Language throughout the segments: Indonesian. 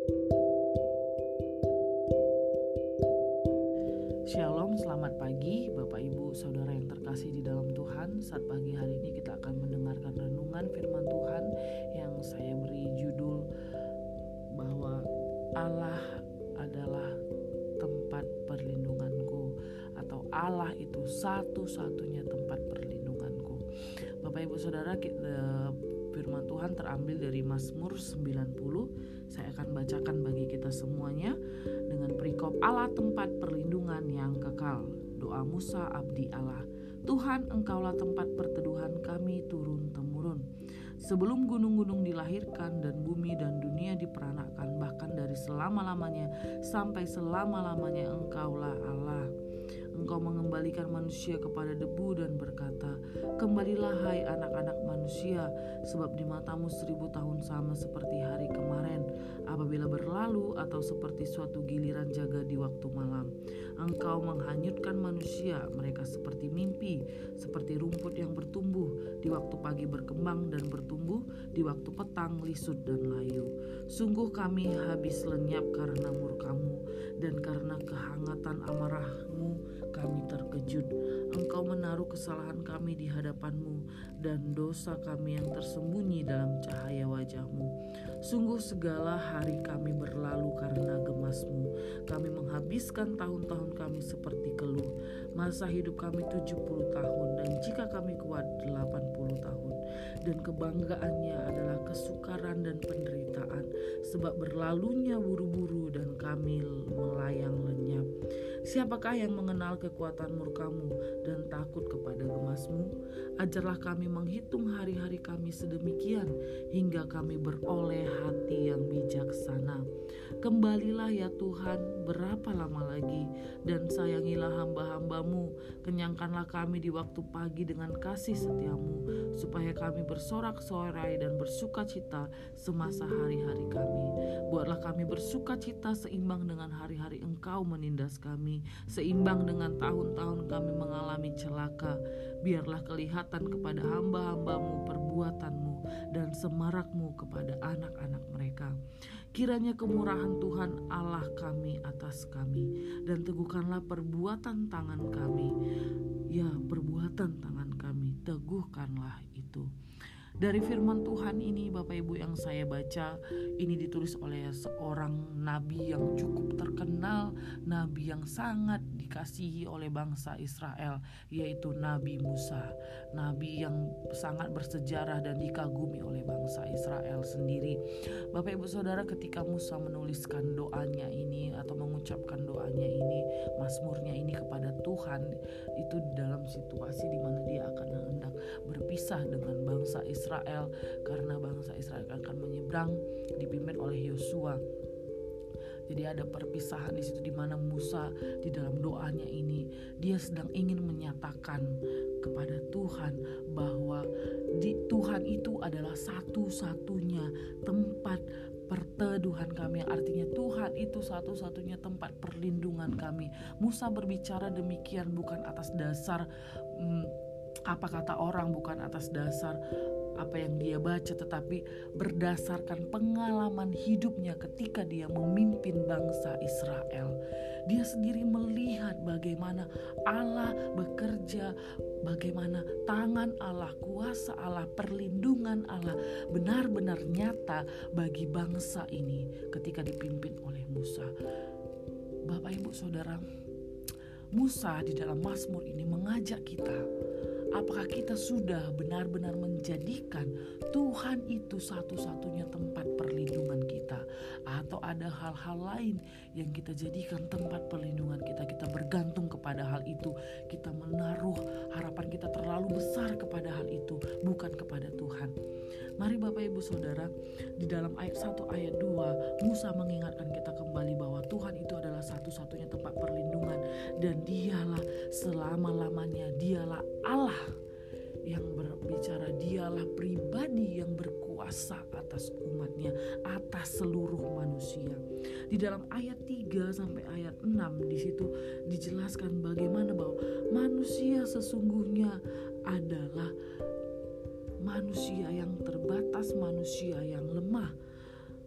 Shalom, selamat pagi Bapak Ibu Saudara yang terkasih di dalam Tuhan. Saat pagi hari ini kita akan mendengarkan renungan firman Tuhan yang saya beri judul bahwa Allah adalah tempat perlindunganku, atau Allah itu satu-satunya tempat perlindunganku. Bapak Ibu Saudara, firman Tuhan terambil dari Mazmur 90. Saya akan bacakan bagi kita semuanya dengan perikop Allah tempat perlindungan yang kekal. Doa Musa abdi Allah. Tuhan, Engkaulah tempat perteduhan kami turun-temurun. Sebelum gunung-gunung dilahirkan dan bumi dan dunia diperanakkan, bahkan dari selama-lamanya sampai selama-lamanya Engkaulah Allah. Engkau mengembalikan manusia kepada debu dan berkata, kembalilah hai anak-anak manusia, sebab di matamu 1000 tahun sama seperti hari kemarin, apabila berlalu, atau seperti suatu giliran jaga di waktu malam. Engkau menghanyutkan manusia, mereka seperti mimpi, seperti rumput yang bertumbuh, di waktu pagi berkembang dan bertumbuh, di waktu petang lisut dan layu. Sungguh kami habis lenyap karena murka-Mu, dan karena kehangatan amarah-Mu kami terkejut. Engkau menaruh kesalahan kami di hadapan-Mu, dan dosa kami yang tersembunyi dalam cahaya wajah-Mu. Sungguh segala hari kami berlalu karena gemas-Mu. Kami menghabiskan tahun-tahun kami seperti keluh. Masa hidup kami 70 tahun, dan jika kami kuat 80 tahun. Dan kebanggaannya adalah kesukaran dan penderitaan, sebab berlalunya buru-buru dan kami melayang lenyap. Siapakah yang mengenal kekuatan murka-Mu dan takut kepada gemas-Mu? Ajarlah kami menghitung hari-hari kami sedemikian, hingga kami beroleh hati yang bijaksana. Kembalilah ya Tuhan, berapa lama lagi? Dan sayangilah hamba-hamba-Mu. Kenyangkanlah kami di waktu pagi dengan kasih setia-Mu, supaya kami bersorak-sorai dan bersuka cita semasa hari-hari kami. Buatlah kami bersuka cita seimbang dengan hari-hari Engkau menindas kami, seimbang dengan tahun-tahun kami mengalami celaka. Biarlah kelihatan kepada hamba-hamba-Mu perbuatan-Mu, dan semarak-Mu kepada anak-anak mereka. Kiranya kemurahan Tuhan Allah kami atas kami, dan teguhkanlah perbuatan tangan kami. Ya, perbuatan tangan kami, teguhkanlah itu. Dari firman Tuhan ini Bapak Ibu yang saya baca, ini ditulis oleh seorang nabi yang cukup terkenal, nabi yang sangat dikasihi oleh bangsa Israel, yaitu Nabi Musa. Nabi yang sangat bersejarah dan dikagumi oleh bangsa Israel sendiri. Bapak Ibu Saudara, ketika Musa menuliskan doanya ini atau mengucapkan doanya ini, mazmurnya ini kepada Tuhan, itu dalam situasi di mana dia akan hendak berpisah dengan bangsa Israel, karena bangsa Israel akan menyeberang dipimpin oleh Yosua. Jadi ada perpisahan di situ di mana Musa di dalam doanya ini dia sedang ingin menyatakan kepada Tuhan bahwa Tuhan itu adalah satu-satunya tempat perteduhan kami, yang artinya Tuhan itu satu-satunya tempat perlindungan kami. Musa berbicara demikian bukan atas dasar apa kata orang, bukan atas dasar apa yang dia baca, tetapi berdasarkan pengalaman hidupnya ketika dia memimpin bangsa Israel. Dia sendiri melihat bagaimana Allah bekerja, bagaimana tangan Allah, kuasa Allah, perlindungan Allah benar-benar nyata bagi bangsa ini ketika dipimpin oleh Musa. Bapak Ibu Saudara, Musa di dalam Mazmur ini mengajak kita, apakah kita sudah benar-benar menjadikan Tuhan itu satu-satunya tempat perlindungan kita, atau ada hal-hal lain yang kita jadikan tempat perlindungan kita? Kita bergantung kepada hal itu, kita menaruh harapan kita terlalu besar kepada hal itu, bukan kepada Tuhan. Mari Bapak Ibu Saudara, di dalam ayat 1 ayat 2 Musa mengingatkan kita kembali bahwa Tuhan itu adalah satu-satunya tempat perlindungan, dan dialah selama-lamanya, dialah Allah yang berbicara, dialah pribadi yang berkuasa atas umatnya, atas seluruh manusia. Di dalam ayat 3 sampai ayat 6 di situ dijelaskan bagaimana bahwa manusia sesungguhnya adalah manusia yang terbatas, manusia yang lemah.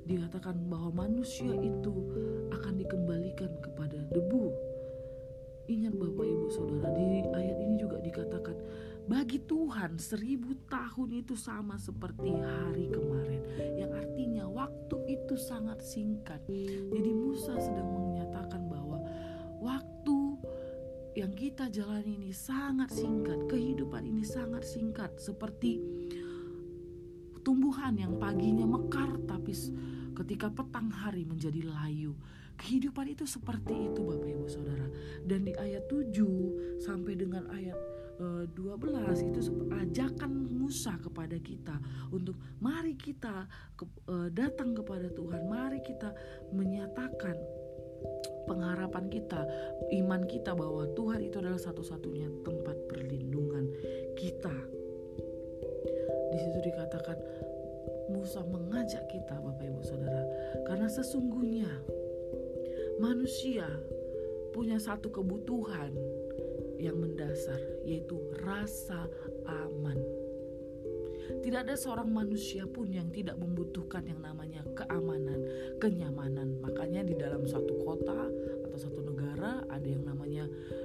dikatakan bahwa manusia itu akan dikembalikan kepada debu. Ingat Bapak Ibu Saudara, di ayat ini juga dikatakan bagi Tuhan 1000 tahun itu sama seperti hari kemarin, yang artinya waktu itu sangat singkat. Jadi Musa sedang menyatakan bahwa waktu yang kita jalani ini sangat singkat, kehidupan ini sangat singkat, seperti tumbuhan yang paginya mekar tapi ketika petang hari menjadi layu. Kehidupan itu seperti itu Bapak Ibu Saudara. Dan di ayat 7 sampai dengan ayat 12 itu ajakan Musa kepada kita untuk mari kita datang kepada Tuhan, mari kita menyatakan pengharapan kita, iman kita bahwa Tuhan itu adalah satu-satunya tempat perlindungan kita. Di situ dikatakan Musa mengajak kita Bapak Ibu Saudara, karena sesungguhnya manusia punya satu kebutuhan yang mendasar, yaitu rasa aman. Tidak ada seorang manusia pun yang tidak membutuhkan yang namanya keamanan, kenyamanan. Makanya di dalam suatu kota atau satu negara ada yang namanya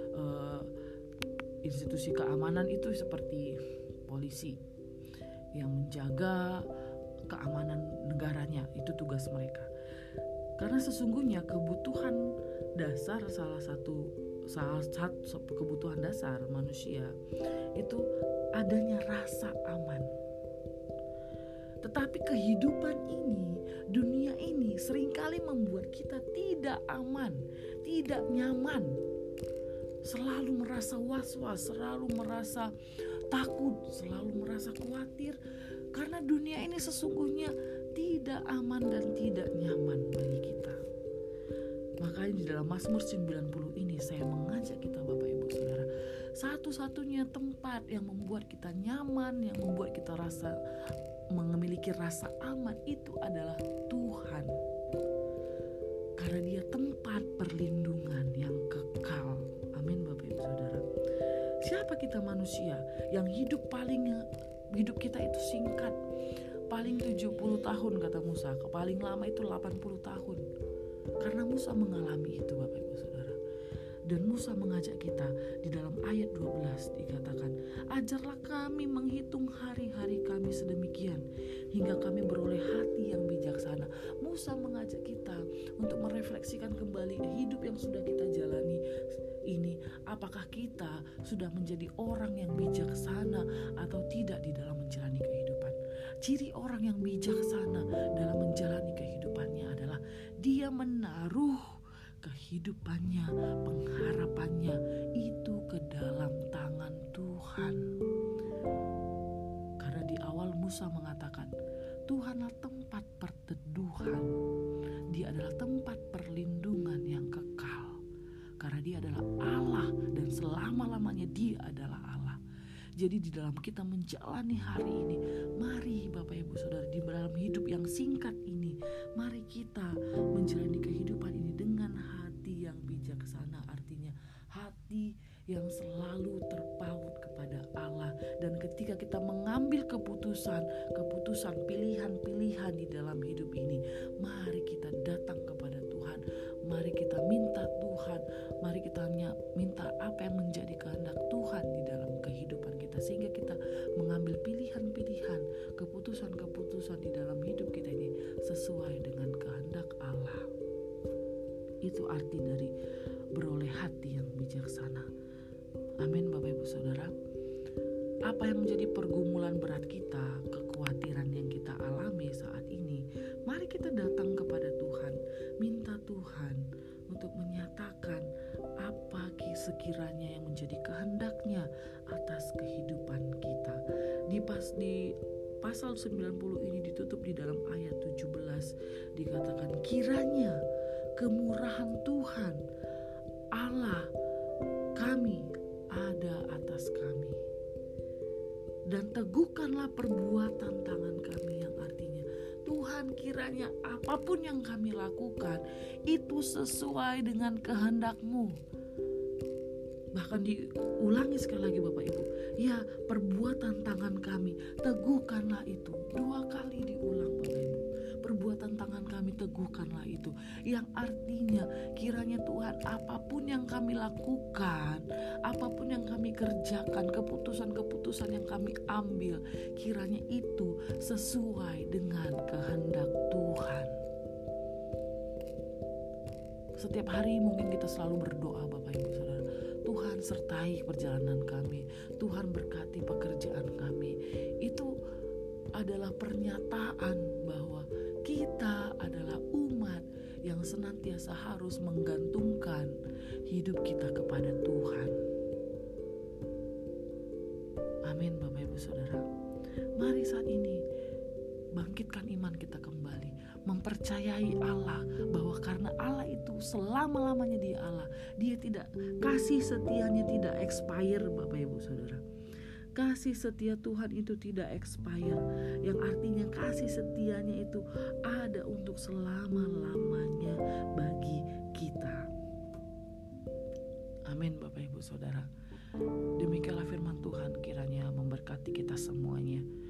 institusi keamanan, itu seperti polisi yang menjaga keamanan negaranya, itu tugas mereka. Karena sesungguhnya kebutuhan dasar, salah satu kebutuhan dasar manusia itu adanya rasa aman. Tetapi kehidupan ini, dunia ini seringkali membuat kita tidak aman, tidak nyaman. Selalu merasa was-was, selalu merasa takut, selalu merasa khawatir. Karena dunia ini sesungguhnya tidak aman dan tidak nyaman bagi kita. Makanya di dalam Mazmur 90 ini saya mengajak kita Bapak Ibu Saudara, satu-satunya tempat yang membuat kita nyaman, yang membuat kita memiliki rasa aman itu adalah Tuhan. Karena Dia tempat perlindungan yang kekal. Amin Bapak Ibu Saudara. Siapa kita manusia yang hidup kita itu singkat, paling 70 tahun kata Musa, paling lama itu 80 tahun. Karena Musa mengalami itu Bapak Ibu Saudara. Dan Musa mengajak kita di dalam ayat 12 dikatakan, ajarlah kami menghitung hari-hari kami sedemikian hingga kami beroleh hati yang bijaksana. Musa mengajak kita untuk merefleksikan kembali hidup yang sudah kita jalani ini. Apakah kita sudah menjadi orang yang bijaksana atau tidak di dalam menjalani kehidupan? Ciri orang yang bijaksana dalam menjalani kehidupannya adalah dia menaruh kehidupannya, pengharapannya itu ke dalam tangan Tuhan. Karena di awal Musa mengatakan, Tuhanlah tempat perteduhan. Dia adalah tempat perlindungan yang kekal. Karena Dia adalah Allah dan selama-lamanya Dia adalah Allah. Jadi di dalam kita menjalani hari ini, mari Bapak Ibu Saudara, di dalam hidup yang singkat ini, mari kita menjalani kehidupan ini dengan hati yang bijaksana. Artinya hati yang selalu terpaut kepada Allah. Dan ketika kita mengambil keputusan pilihan-pilihan di dalam hidup ini, mari kita datang kepada Tuhan. Mari kita minta Tuhan, mari kita minta apa yang menjadi kehendak Tuhan di dalam kehidupan kita, sehingga kita mengambil pilihan-pilihan, keputusan-keputusan di dalam hidup kita ini sesuai dengan kehendak Allah. Itu arti dari beroleh hati yang bijaksana. Amin Bapak Ibu Saudara. Apa yang menjadi pergumulan berat kita, kekhawatiran yang kita alami saat ini, mari kita datang kepada Tuhan, minta Tuhan untuk menyatakan apa sekiranya yang menjadi kehendaknya atas kehidupan kita. Di pasal 90 ini ditutup di dalam ayat 17, dikatakan kiranya kemurahan Tuhan Allah kami ada atas kami, dan teguhkanlah perbuatan tangan kami, yang artinya Tuhan, kiranya apapun yang kami lakukan itu sesuai dengan kehendak-Mu. Bahkan diulangi sekali lagi Bapak Ibu, ya, perbuatan tangan kami, teguhkanlah itu. 2 kali diulang Bapak Ibu. Perbuatan tangan kami teguhkanlah itu. Yang artinya kiranya Tuhan, apapun yang kami lakukan, apapun yang kami kerjakan, keputusan-keputusan yang kami ambil, kiranya itu sesuai dengan kehendak Tuhan. Setiap hari mungkin kita selalu berdoa, Bapak Ibu Saudara, Tuhan sertai perjalanan kami, Tuhan berkati pekerjaan kami. Itu adalah pernyataan bahwa kita adalah umat yang senantiasa harus menggantungkan hidup kita kepada Tuhan. Amin, Bapak Ibu Saudara. Mari saat ini bangkitkan iman kita kembali, mempercayai Allah, bahwa karena Allah itu selama-lamanya Dia Allah. Dia tidak, kasih setianya tidak expire, Bapak Ibu Saudara. Kasih setia Tuhan itu tidak expire, yang artinya kasih setianya itu ada untuk selama-lamanya bagi kita. Amin, Bapak Ibu Saudara. Demikianlah firman Tuhan, kiranya memberkati kita semuanya.